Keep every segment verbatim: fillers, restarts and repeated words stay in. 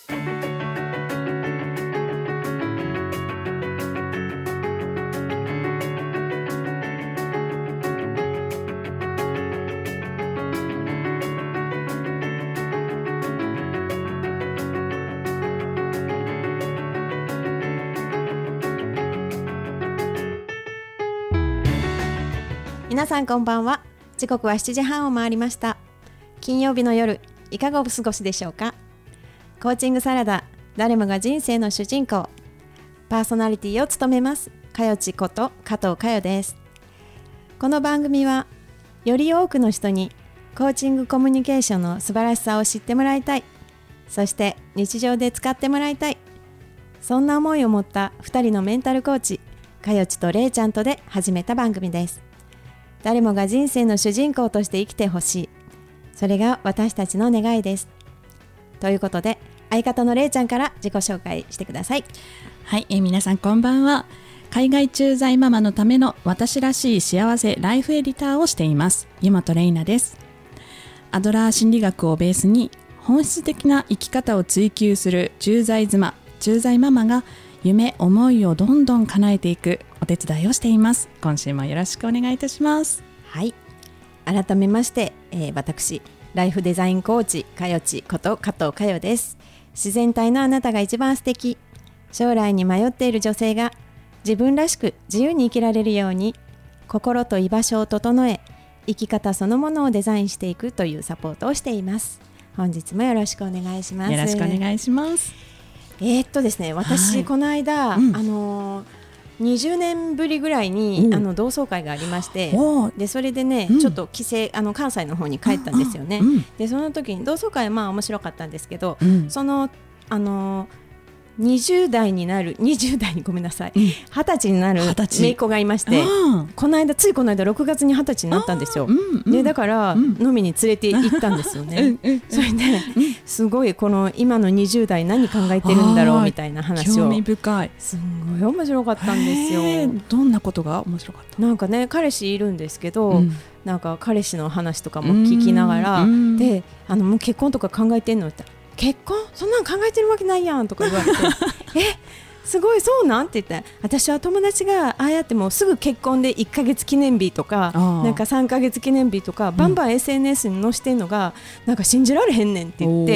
皆さんこんばんは。時刻はしちじはんを回りました。金曜日の夜、いかがお過ごしでしょうか。コーチングサラダ、誰もが人生の主人公、パーソナリティを務めますかよちこと加藤かよです。この番組はより多くの人にコーチングコミュニケーションの素晴らしさを知ってもらいたい、そして日常で使ってもらいたい、そんな思いを持ったふたりのメンタルコーチ、かよちとれいちゃんとで始めた番組です。誰もが人生の主人公として生きてほしい、それが私たちの願いです。ということで、相方のれいちゃんから自己紹介してください。 はい、えー、皆さんこんばんは。海外駐在ママのための私らしい幸せライフエディターをしています湯本玲奈です。アドラー心理学をベースに本質的な生き方を追求する駐在妻、駐在ママが夢、思いをどんどん叶えていくお手伝いをしています。今週もよろしくお願いいたします。 はい、改めまして、えー、私ライフデザインコーチかよちこと加藤かよです。自然体のあなたが一番素敵、将来に迷っている女性が自分らしく自由に生きられるように心と居場所を整え、生き方そのものをデザインしていくというサポートをしています。本日もよろしくお願いします。 よろしくお願いします。 えー、っとですね私、はい、この間、うん、あのー、にじゅうねんぶりぐらいに、うん、あの同窓会がありまして、でそれでね、うん、ちょっと帰省あの関西の方に帰ったんですよね、うん、でその時に同窓会はまあ面白かったんですけど、うん、そのあのーにじゅう代になるにじゅう代にごめんなさい、うん、はたちになる姪っ子がいまして、この間ついこの間ろくがつにはたちになったんですよ、うんうん、でだから、うん、飲みに連れて行ったんですよねうん、それで、うん、すごいこの今のにじゅう代何考えてるんだろうみたいな話を、 興味深い、 すごい面白かったんですよ。 どんなことが面白かった？ なんかね、彼氏いるんですけど、うん、なんか彼氏の話とかも聞きながら、であのもう結婚とか考えてんのって結婚そんなん考えてるわけないやんとか言われてえすごいそうなんって言って、私は友達がああやってもうすぐ結婚でいっかげつ記念日とかなんかさんかげつ記念日とかバンバン エスエヌエス に載せてんのがなんか信じられへんねんって言って、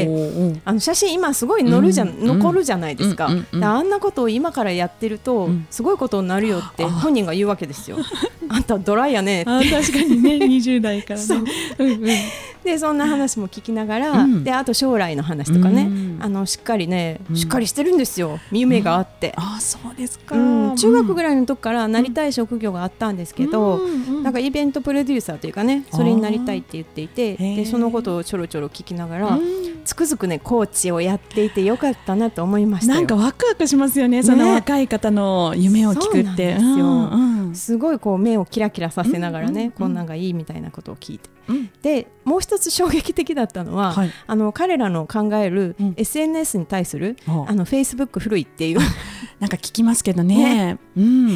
あの写真今すごい載るじゃ、うん、残るじゃないですか、うんうんうん、あんなことを今からやってるとすごいことになるよって本人が言うわけですよあんたドライやねって。 あ確かにねにじゅう代からねそう、うんうん、 でそんな話も聞きながら、うん、であと将来の話とかね、うん、あのしっかりね、うん、しっかりしてるんですよ、夢があって、うん、 あそうですか、 うん、中学ぐらいの時からなりたい職業があったんですけど、うん、なんかイベントプロデューサーというかね、それになりたいって言っていて、でそのことをちょろちょろ聞きながら、うん、つくづくねコーチをやっていてよかったなと思いましたよ。 なんかワクワクしますよ ね, ねその若い方の夢を聞くって。そうなんですよ、うんうん、 すごいこう目をキラキラさせながらね、うんうんうん、こんなんがいいみたいなことを聞いて、うん、でもう一つ衝撃的だったのは、はい、あの彼らの考える エスエヌエス に対する、うん、あの Facebook 古いっていうなんか聞きますけど ね, ね、うん、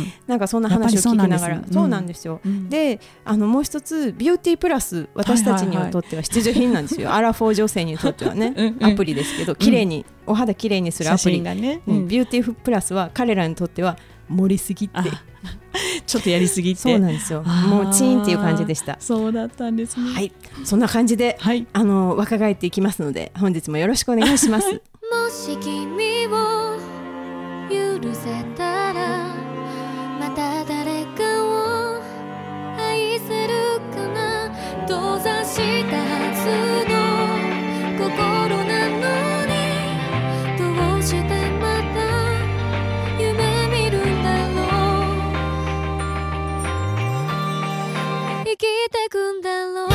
なんかそんな話を聞きながら、そうなんですよ、うん、であのもう一つビューティープラス、私たちにとっては必需品なんですよ、はいはいはい、アラフォー女性にとってはねうん、うん、アプリですけど、綺麗に、うん、お肌綺麗にするアプリがね、うん、ビューティープラスは彼らにとっては盛りすぎってちょっとやりすぎて、 そうなんですよ、もうチーンっていう感じでした。 そうだったんですね。 はい、そんな感じで、はい、あの若返っていきますので本日もよろしくお願いしますもし君を許せたらまた誰かを愛せるかな、閉ざしたはずの心なのにどうしてまた夢見るんだろう、生きてくんだろう。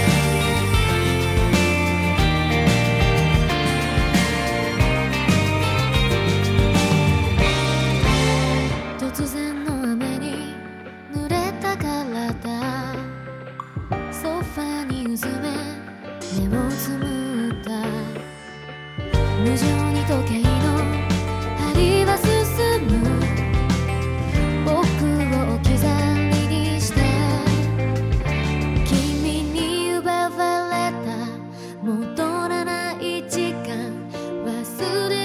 突然の雨に濡れた体、ソファにうずめ目をつむった、無情に時計の針は進む、僕を置き去りにした、君に奪われた戻らない時間、忘れ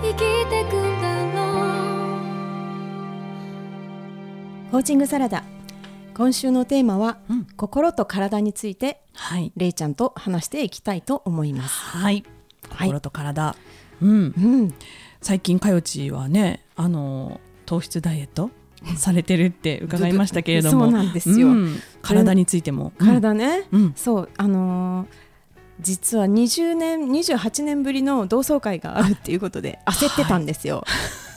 生きてくんだろう。コーチングサラダ、今週のテーマは、 うん、 心と体について、 はい、 れいちゃんと話していきたいと思います。 はい、心と体、はい、うん、 うん、 最近かよちはね、あの糖質ダイエットされてるって伺いましたけれどもそうなんですよ、うん、 体についても、 体ね、 うん、 そうあのー、実はにじゅうねんにじゅうはちねんぶりの同窓会があるっていうことで焦ってたんですよ、はい、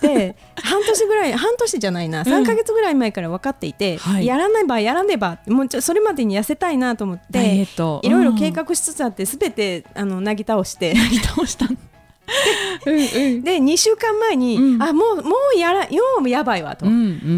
で半年ぐらい半年じゃないなさんかげつぐらい前から分かっていて、うん、やらねばやらねばもうちょそれまでに痩せたいなと思ってダイエット、 いろいろ計画しつつあって全てあのなぎ倒してなぎ倒したうんうん、でにしゅうかんまえに、うん、あもうもうやらようやばいわと、うんうん、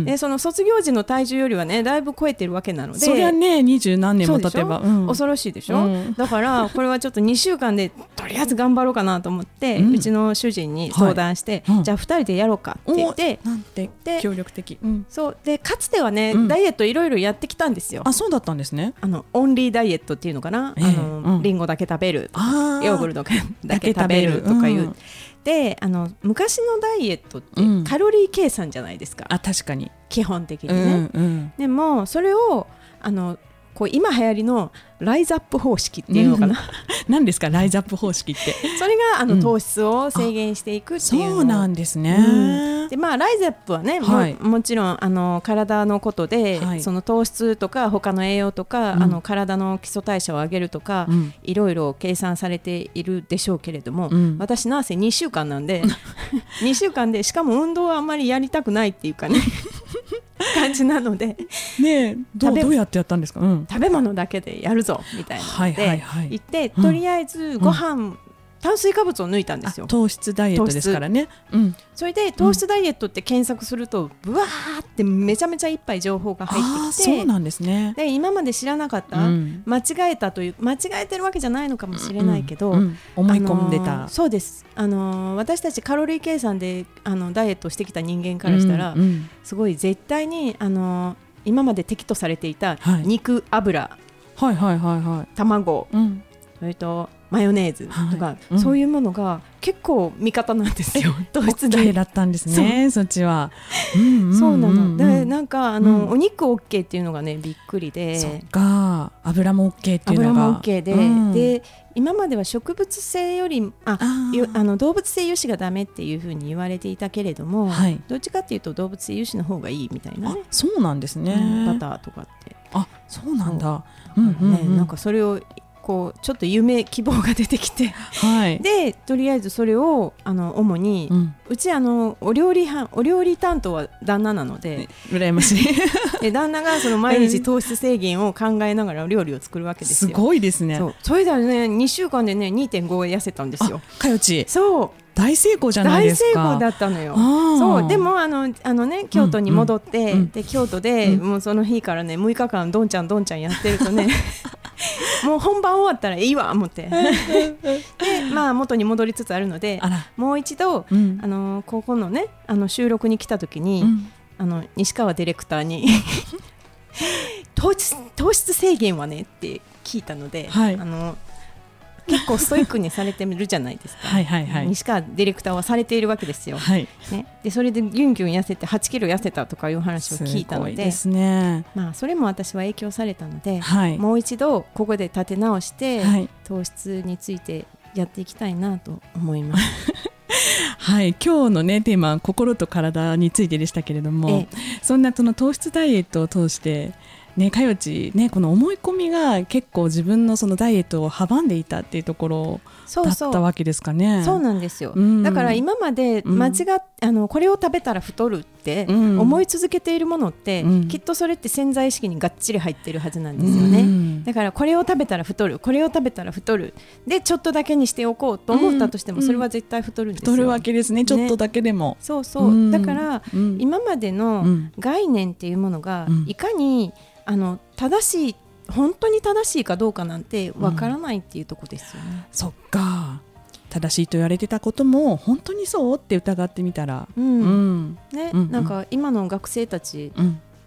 でその卒業時の体重よりはねだいぶ超えてるわけなのでそりゃねにじゅうなんねんも経てば、 うん、恐ろしいでしょ、うん、だからこれはちょっとにしゅうかんでとりあえず頑張ろうかなと思って、うん、うちの主人に相談して、はいうん、じゃあふたりでやろうかって言ってなんて協力的、 うん、そうでかつてはね、うん、ダイエットいろいろやってきたんですよ。 あそうだったんですね。 あのオンリーダイエットっていうのかな、えー、あの、うん、リンゴだけ食べるとかヨーグルトだけ食べるとかいう、うんであの昔のダイエットってカロリー計算じゃないですか、 うん、あ確かに基本的にね、うんうん、でもそれをあのこう今流行りのライズアップ方式っていうのかな、うん、 何ですかライズアップ方式ってそれがあの、うん、糖質を制限していくっていうのそうなんですね、 うんでまあ、ライズアップはね、はい、も, もちろんあの体のことで、はい、その糖質とか他の栄養とか、うん、あの体の基礎代謝を上げるとか、うん、いろいろ計算されているでしょうけれども、うん、私なんせにしゅうかんなんでにしゅうかんでしかも運動はあんまりやりたくないっていうかね感じなのでねえ ど, どうやってやったんですか、うん、 食べ物だけでやるぞみたいなので、はいはいはい、言ってとりあえずご飯、うん、炭水化物を抜いたんですよ。 糖質ダイエットですからね、うん、 それで糖質ダイエットって検索するとブワーってめちゃめちゃいっぱい情報が入ってきてそうなんですね。 で今まで知らなかった、うん、間違えたという間違えてるわけじゃないのかもしれないけど、うんうん、 思い込んでた、 あのー、そうです、あのー、私たちカロリー計算であのダイエットしてきた人間からしたら、うんうん、すごい絶対に、あのー、今まで敵とされていた肉、はい、油、 はいはいはいはい、 卵、 うん、 それとマヨネーズとか、はいうん、そういうものが結構味方なんですよ。糖質ダイエットだったんですね そ, そっちは、 うんうんうんうん、そうなのでなんかあの、うん、お肉 OK っていうのがねびっくりでそっか油も OK っていうのが油も OK で、うん、で今までは植物性より あああの動物性油脂がダメっていうふうに言われていたけれども、はい、どっちかっていうと動物性油脂の方がいいみたいなね。 あそうなんですね、 うん、バターとかってあそうなんだ、 うんうんうんね、なんかそれをこうちょっと夢希望が出てきて、はい、でとりあえずそれをあの主に、うん、うちあのお料理班お料理担当は旦那なので羨ましいで旦那がその毎日糖質制限を考えながら料理を作るわけですよ。 すごいですね。 そうそれでねにしゅうかんでね にてんご 痩せたんですよ。 かよちそう大成功じゃないですか。 大成功だったのよ。そうでもあのあの、ね、京都に戻って、うんうん、で京都で、うん、もうその日からねむいかかんどんちゃんどんちゃんやってるとねもう本番終わったらいいわ思ってで、まあ、元に戻りつつあるのでもう一度、うん、あのここのねあの収録に来た時に、うん、あの西川ディレクターに糖質、糖質制限はねって聞いたので、はい、あの結構ストイックにされてるじゃないですかはいはい、はい、西川ディレクターはされているわけですよ、はいね、でそれでギュンギュン痩せてはちキロ痩せたとかいう話を聞いたの で, ですね、 まあ、それも私は影響されたので、はい、もう一度ここで立て直して、はい、糖質についてやっていきたいなと思いますはい、今日の、ね、テーマは心と体についてでしたけれども、ええ、そんなその糖質ダイエットを通してね、かよち、ね、この思い込みが結構自分のそのダイエットを阻んでいたっていうところだったわけですかね。 そうなんですよ、うん、だから今まで間違っ、うん、あのこれを食べたら太るって思い続けているものって、うん、きっとそれって潜在意識にがっちり入ってるはずなんですよね、うん、だからこれを食べたら太るこれを食べたら太るでちょっとだけにしておこうと思ったとしても、それは絶対太るんですよ、 太るわけですね、ちょっとだけでも、 ね、そうそう、うん、だから、うん、今までの概念っていうものがいかにあの正しい本当に正しいかどうかなんてわからないっていうところですよね、うん、 そっか正しいと言われてたことも本当にそうって疑ってみたら、 うんうんねうん、なんか今の学生たち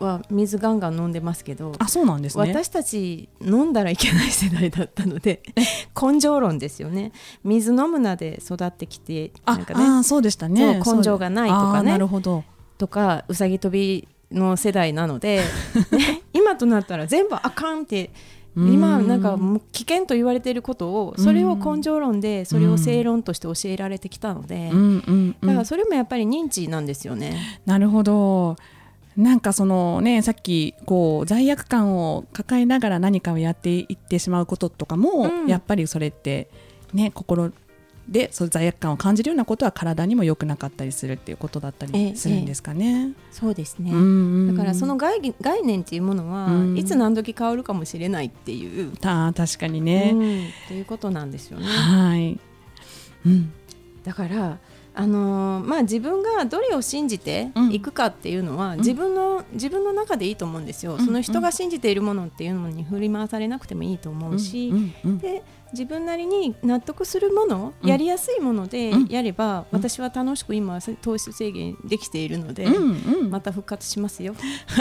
は水ガンガン飲んでますけど、 あ、そうなんですね。 私たち飲んだらいけない世代だったので根性論ですよね。水飲むなで育ってきて、なんかね、 ああ、そうでしたね。 そう根性がないとかね、 なるほどとかうさぎ跳びの世代なので、ね、今となったら全部あかんって今なんか危険と言われていることを、それを根性論でそれを正論として教えられてきたので、 うんうんうん、 だからそれもやっぱり認知なんですよね。 なるほど。なんかそのね、さっきこう罪悪感を抱えながら何かをやっていってしまうこととかも、うん、やっぱりそれってね、心でそう罪悪感を感じるようなことは体にも良くなかったりするっていうことだったりするんですかね。 ええ、そうですね、 うんうんうん、 だからその 概, 概念っていうものは、うん、いつ何時変わるかもしれないっていう、 あ、確かにね、 うん、ということなんですよね。 はい、うん、 だからあのーまあ、自分がどれを信じていくかっていうのは、うん、自分の、自分の中でいいと思うんですよ、うん、その人が信じているものっていうのに振り回されなくてもいいと思うし、うんうんうん、で自分なりに納得するもの、うん、やりやすいものでやれば、うん、私は楽しく今糖質制限できているので、うんうん、また復活しますよ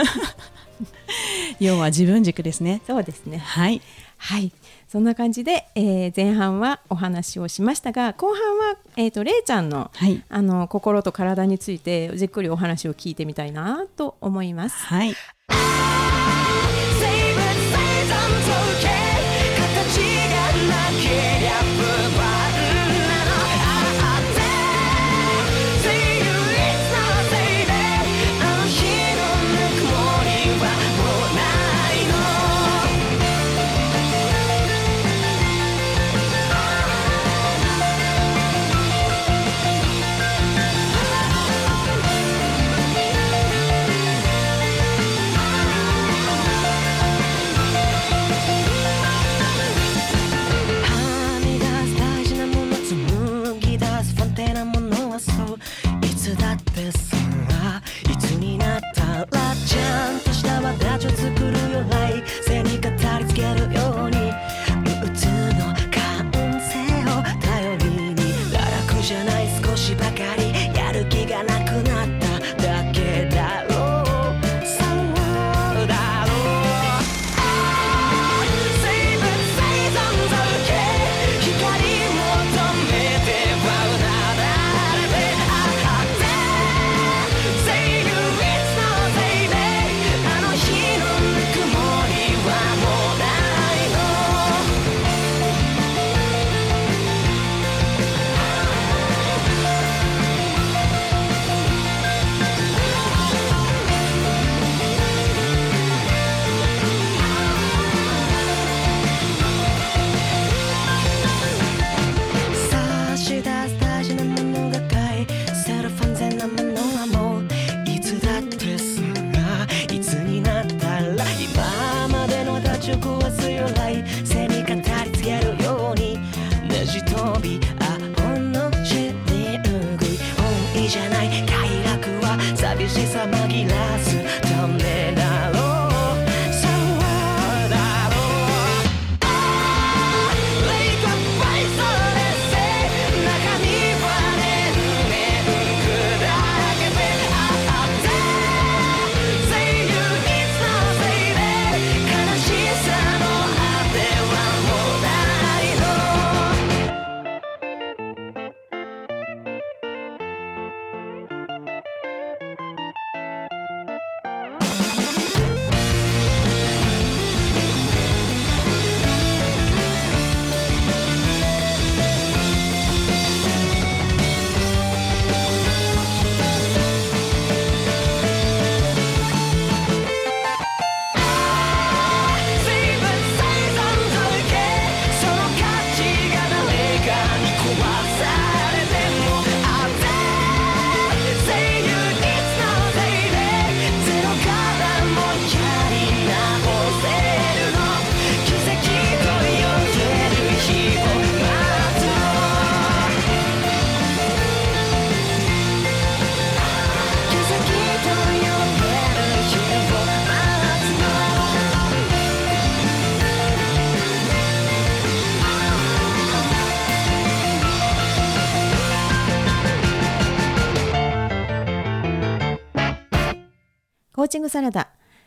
要は自分軸ですね。 そうですね、 はい、 はい、そんな感じで、えー、前半はお話をしましたが、後半は、えーと、れいちゃん の,、はい、あの心と体についてじっくりお話を聞いてみたいなと思います。 はい、 コーチングサラダ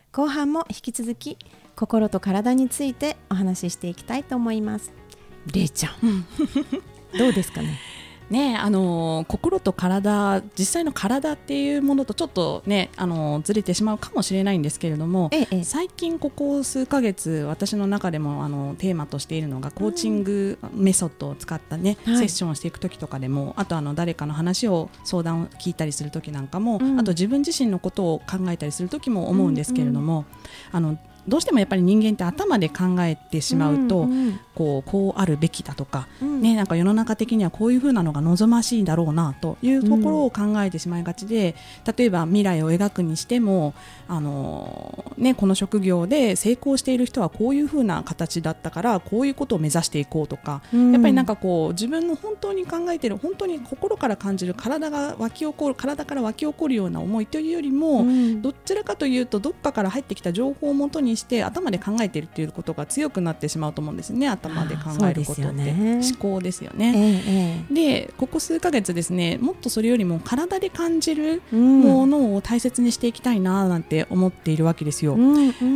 後半も引き続き心と体についてお話ししていきたいと思います。れいちゃんどうですかね。 ね、あの心と体、実際の体っていうものとちょっとね、あのずれてしまうかもしれないんですけれども、 ええ、 最近ここ数ヶ月私の中でもあのテーマとしているのがコーチングメソッドを使ったね、うん、セッションをしていく時とかでも、あとあの誰かの話を相談を聞いたりする時なんかも、うん、あと自分自身のことを考えたりする時も思うんですけれども、うんうん、あのどうしてもやっぱり人間って頭で考えてしまうと、うんうん、こう、こうあるべきだとか、うんね、なんか世の中的にはこういう風なのが望ましいだろうなというところを考えてしまいがちで、うん、例えば未来を描くにしても、あのーね、この職業で成功している人はこういう風な形だったからこういうことを目指していこうとか、うん、やっぱりなんかこう自分の本当に考えている、本当に心から感じる、体が湧き起こる、体から湧き起こるような思いというよりも、うん、どちらかというとどっかから入ってきた情報をもとにして頭で考えているということが強くなってしまうと思うんですね。頭で考えることって、ね、思考ですよね、ええ、でここ数ヶ月ですね、もっとそれよりも体で感じるものを大切にしていきたいななんて思っているわけですよ、うんうんうん、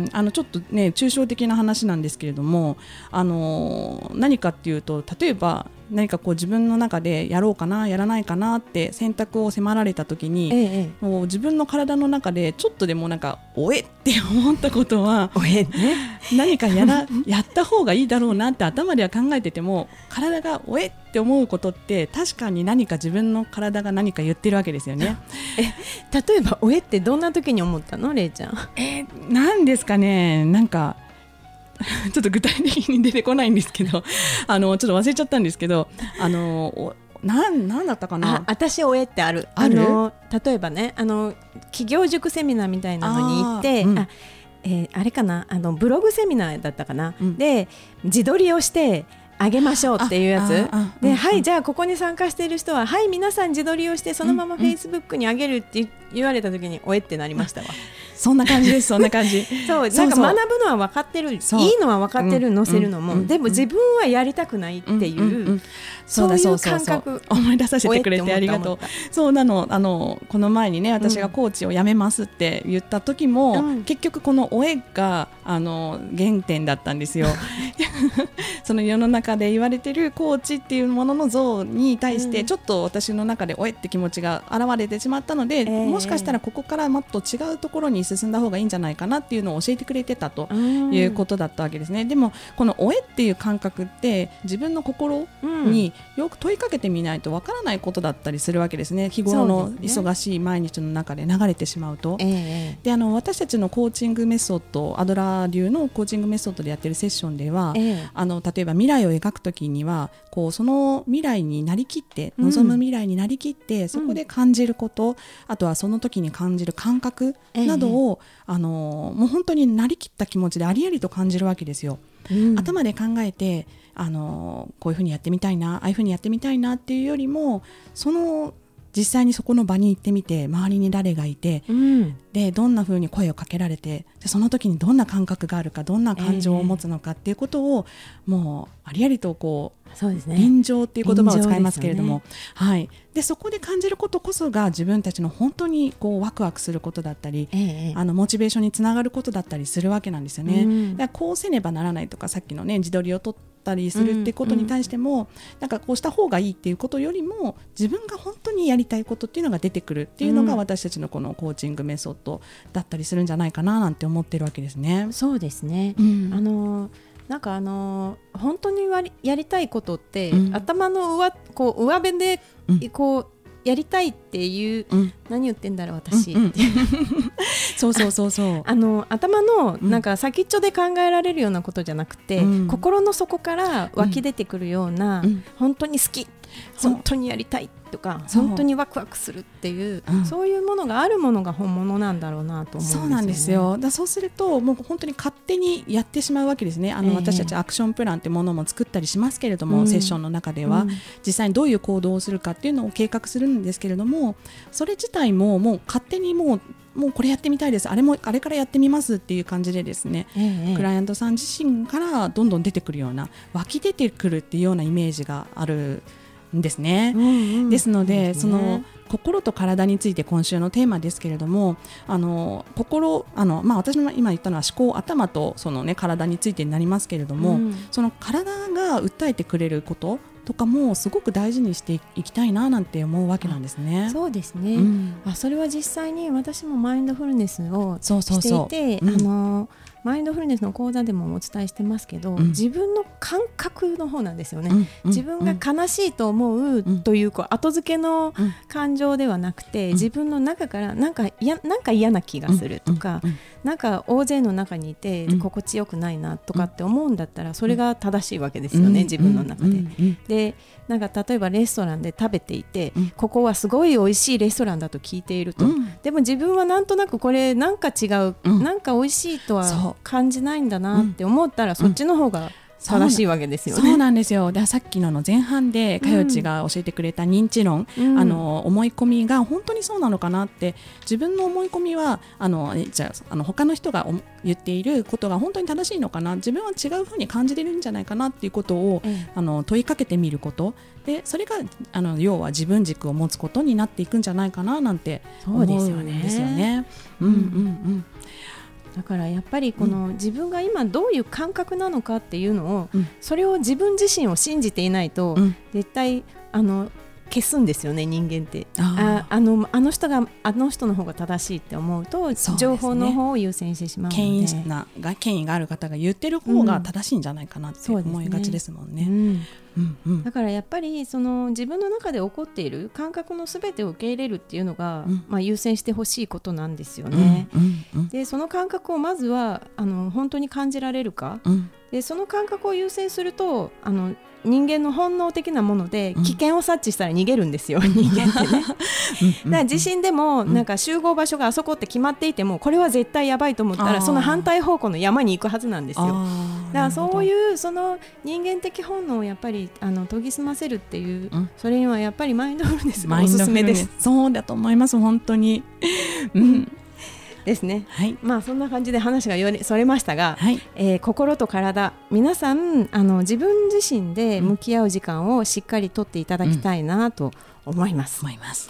あのちょっとね抽象的な話なんですけれども、あの何かっていうと、例えば何かこう自分の中でやろうかなやらないかなって選択を迫られた時に、ええ、もう自分の体の中でちょっとでもなんかおえって思ったことはおえ、ね、 何かやらやった方がいいだろうなって頭では考えてても、体がおえって思うことって確かに何か自分の体が何か言ってるわけですよね。 え、例えばおえってどんな時に思ったの、れいちゃん。 えー、なんですかね、なんかちょっと具体的に出てこないんですけどあのちょっと忘れちゃったんですけど、あのな ん, なんだったかな。 あ、私おえってある。 ある。 あの例えばね、あの企業塾セミナーみたいなのに行って、あ、うん、あ、えー、あれかな、あのブログセミナーだったかな、うん、で自撮りをしてあげましょうっていうやつで、うん、はい、じゃあここに参加している人ははい皆さん自撮りをしてそのままフェイスブックにあげるって言われた時におえってなりましたわ。 そんな感じです、そんな感じそう、なんか学ぶのは分かってる、いいのは分かってる、載せるのも、うんうん、でも自分はやりたくないっていう、うんうんうん、そういう感覚思い出させてくれてありがとう。そうなの、あのこの前にね、私がコーチを辞めますって言った時も、うん、結局このおえがあの原点だったんですよその世の中で言われてるコーチっていうものの像に対してちょっと私の中でおえって気持ちが現れてしまったので、えー、もしかしたらここからもっと違うところに進んだ方がいいんじゃないかなっていうのを教えてくれてたということだったわけですね。でもこのおえっていう感覚って自分の心によく問いかけてみないとわからないことだったりするわけですね。日頃の忙しい毎日の中で流れてしまうと、えー、であの私たちのコーチングメソッド、アドラー流のコーチングメソッドでやってるセッションでは、えー、あの例えば未来を描くときにはこうその未来になりきって、望む未来になりきって、うん、そこで感じること、あとはその時に感じる感覚などを、えー、あのもう本当になりきった気持ちでありありと感じるわけですよ、うん、頭で考えてあのこういうふうにやってみたいな、ああいうふうにやってみたいなっていうよりも、その実際にそこの場に行ってみて、周りに誰がいて、うん、でどんな風に声をかけられて、でその時にどんな感覚があるか、どんな感情を持つのかっていうことを、えー、もうありありとこう、そうですね、臨場っていう言葉を使いますけれども、ね、はい、でそこで感じることこそが自分たちの本当にこうワクワクすることだったり、えー、あのモチベーションにつながることだったりするわけなんですよね、うん、だからこうせねばならないとか、さっきのね自撮りを撮ってたりするってことに対しても、うんうん、なんかこうした方がいいっていうことよりも、自分が本当にやりたいことっていうのが出てくるっていうのが、私たちのこのコーチングメソッドだったりするんじゃないかななんて思ってるわけですね。 そうですね、うん、あのなんかあの本当にやりたいことって、うん、頭の 上, こう上辺でこう、うんやりたいっていう、うん、何言ってんだろう私、うんうん、 そうそうそうそうあの頭のなんか先っちょで考えられるようなことじゃなくて、うん、心の底から湧き出てくるような、うん、本当に好き、本当にやりたいとか、本当にワクワクするっていう、うん、そういうものがあるものが本物なんだろうなと思うんですよね。 そうなんですよ。だそうするともう本当に勝手にやってしまうわけですね。あの、えー、私たちアクションプランってものも作ったりしますけれども、うん、セッションの中では、うん、実際にどういう行動をするかっていうのを計画するんですけれども、それ自体ももう勝手にもうもうこれやってみたいです、あれもあれからやってみますっていう感じでですね、ええ、クライアントさん自身からどんどん出てくるような、湧き出てくるっていうようなイメージがあるんですね、 うんうん、 ですので、 ですね、 その心と体について今週のテーマですけれども、あの心あの、まあ、私の今言ったのは思考、頭とその、ね、体についてになりますけれども、うん、その体が訴えてくれることとかもすごく大事にしていきたいななんて思うわけなんですね。 そうですね、うん、あそれは実際に私もマインドフルネスをしていて、そうそうそう、うん、あのマインドフルネスの講座でもお伝えしてますけど、うん、自分の感覚の方なんですよね、うん、自分が悲しいと思うという、こう後付けの感情ではなくて、うん、自分の中からなんかやなんか嫌な気がするとか、うんうん、なんか大勢の中にいて心地よくないなとかって思うんだったら、それが正しいわけですよね、うん、自分の中で、うんうん、でなんか例えばレストランで食べていて、うん、ここはすごい美味しいレストランだと聞いていると、うん、でも自分はなんとなくこれなんか違う、うん、なんか美味しいとは感じないんだなって思ったら、うん、そっちの方が正しいわけですよね。 そうなんですよ。でさっきのの前半でかよちが教えてくれた認知論、うん、あの思い込みが本当にそうなのかなって、自分の思い込みはあのじゃあ、あの他の人が言っていることが本当に正しいのかな、自分は違うふうに感じてるんじゃないかなっていうことを、うん、あの問いかけてみることで、それがあの要は自分軸を持つことになっていくんじゃないかななんて思うんですよね。そうですよね。うんうんうん。 だからやっぱりこの自分が今どういう感覚なのかっていうのを、うん、それを自分自身を信じていないと、うん、絶対あの消すんですよね、人間って。ああのあの人があの人の方が正しいって思うと、ね、情報の方を優先してしまうので、 権威なが権威がある方が言ってる方が正しいんじゃないかなって思いがちですもんね。うんうんうん、だからやっぱりその自分の中で起こっている感覚のすべてを受け入れるっていうのが、うんまあ、優先してほしいことなんですよね、うんうんうん、でその感覚をまずはあの本当に感じられるか、うん、でその感覚を優先するとあの人間の本能的なもので危険を察知したら逃げるんですよ、うん、人間ってねだから地震でもなんか集合場所があそこって決まっていても、これは絶対やばいと思ったらその反対方向の山に行くはずなんですよ。だからそういうその人間的本能をやっぱりあの研ぎ澄ませるっていう、うん、それにはやっぱりマインドフルネスがおすすめです。 そうだと思います本当に、うんですね、はい、まあそんな感じで話がよりそれましたが、はいえー、心と体、皆さんあの自分自身で向き合う時間をしっかりとっていただきたいなと思います、 うん、思います。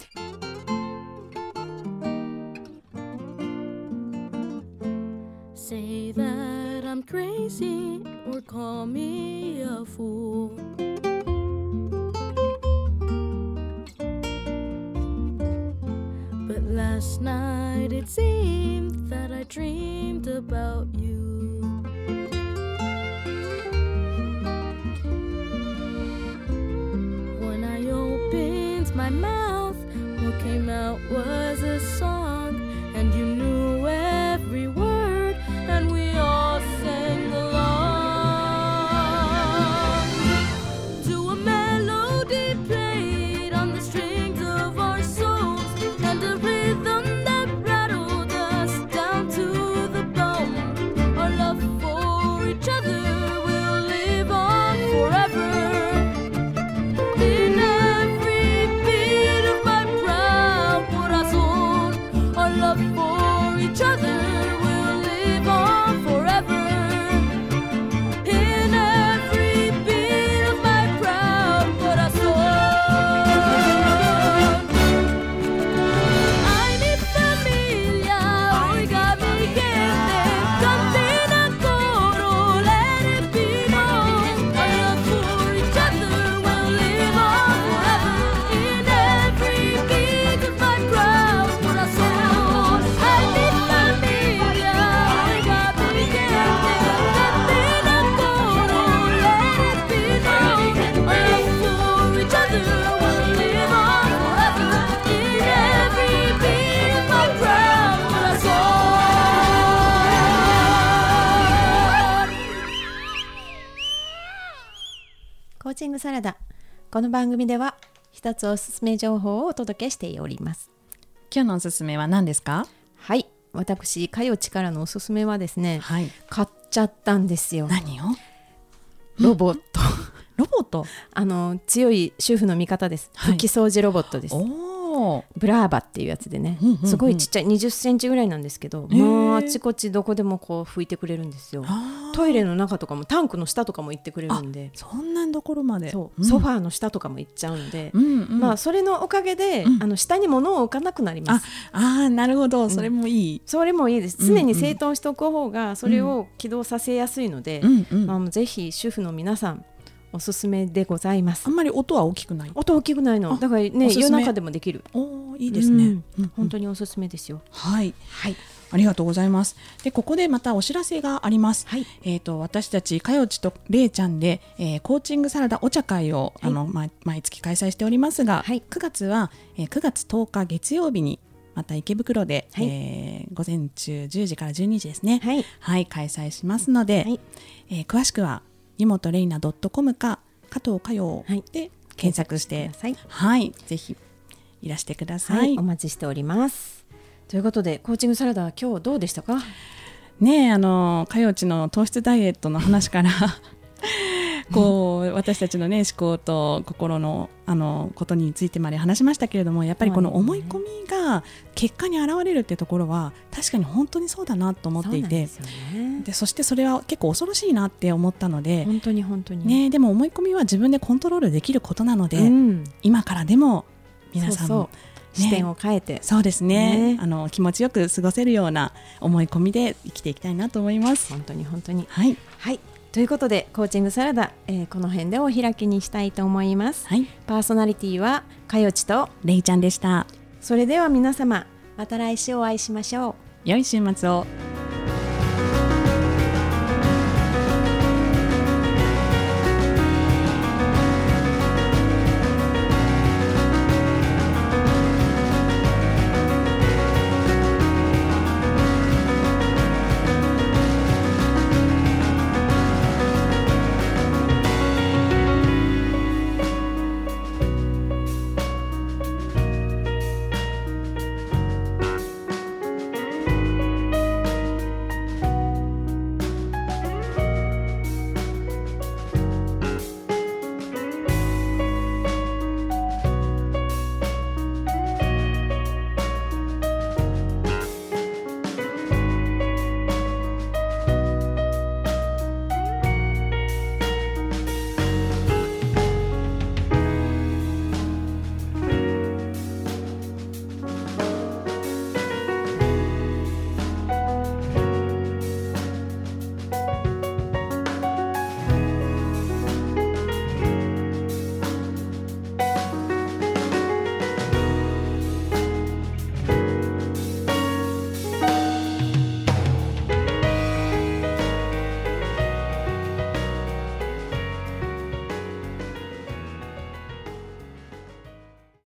Say that I'm crazy or call me a fool, but last night it seemed that I dreamed about you. When I opened my mouth, what came out was a song, and you knew every word, and we all sang along to a melody played on the strings of our souls, and a rhythm that rattled us down to the bone. Our love for each other will live on forever. In every beat of my proud corazón, our love for each other will live on forever. In every beat of my proud corazón. Ay, mi familia, oiga mi gente, canten a coro, let it be known. Our love for each other will live on forever. In every beat of my proud corazón. Ay, mi familia, oiga mi gente, canten a coro, let it be known. Our love for each other will live on forever. In every beat of my proud corazón. コーチングサラダ、この番組では一つおすすめ情報をお届けしております。 今日のおすすめは何ですか？ はい、私かよちからのおすすめはですね、 はい、 買っちゃったんですよ。 何を？ ロボットロボット、 あの強い主婦の味方です、 はい、 拭き掃除ロボットです。 おおブラーバっていうやつでね、 うんうんうん、 すごいちっちゃいにじゅっセンチぐらいなんですけど、もうあちこちどこでもこう拭いてくれるんですよ。トイレの中とかもタンクの下とかも行ってくれるんで、 そんなところまでそう、 うん、 ソファーの下とかも行っちゃうんで、 うんうん、 まあ、それのおかげで、うん、あの下に物を置かなくなります。 ああ、なるほど、それもいい、 うん、それもいいです。常に整頓しておく方がそれを起動させやすいので、 うんうん、 まあ、ぜひ主婦の皆さんおすすめでございます。 あんまり音は大きくない。 音大きくないのだからね、夜中でもできる。 おいいですね、うんうん、本当におすすめですよ。 はい、 はい、 ありがとうございます。でここでまたお知らせがあります。 はい、 えー、と私たちかよちとれいちゃんで、えー、コーチングサラダお茶会を、はい、あの毎, 毎月開催しておりますが、はい、くがつは、えー、くがつとおか月曜日にまた池袋で、はい、えー、午前中じゅうじからじゅうにじですね、はいはい、開催しますので、はい、えー、詳しくは湯本玲奈 .com か加藤かよで検索して、はい、はい、ぜひいらしてください、はい、 お待ちしております。ということでコーチングサラダ今日どうでしたかね。えあのかよちの糖質ダイエットの話からこう私たちの、ね、思考と心 の, あのことについてまで話しましたけれども、やっぱりこの思い込みが結果に現れるってところは確かに本当にそうだなと思っていて、 そ, ね、でそしてそれは結構恐ろしいなって思ったので、 本当に本当に、 ね、でも思い込みは自分でコントロールできることなので、うん、今からでも皆さんもそうそう、ね、視点を変えて、 そうですね、ね、あの気持ちよく過ごせるような思い込みで生きていきたいなと思います。 本当に本当に、 はい、 はい、ということでコーチングサラダ、えー、この辺でお開きにしたいと思います、はい、パーソナリティはかよちとれいちゃんでした。 それでは皆様また来週お会いしましょう。 良い週末を。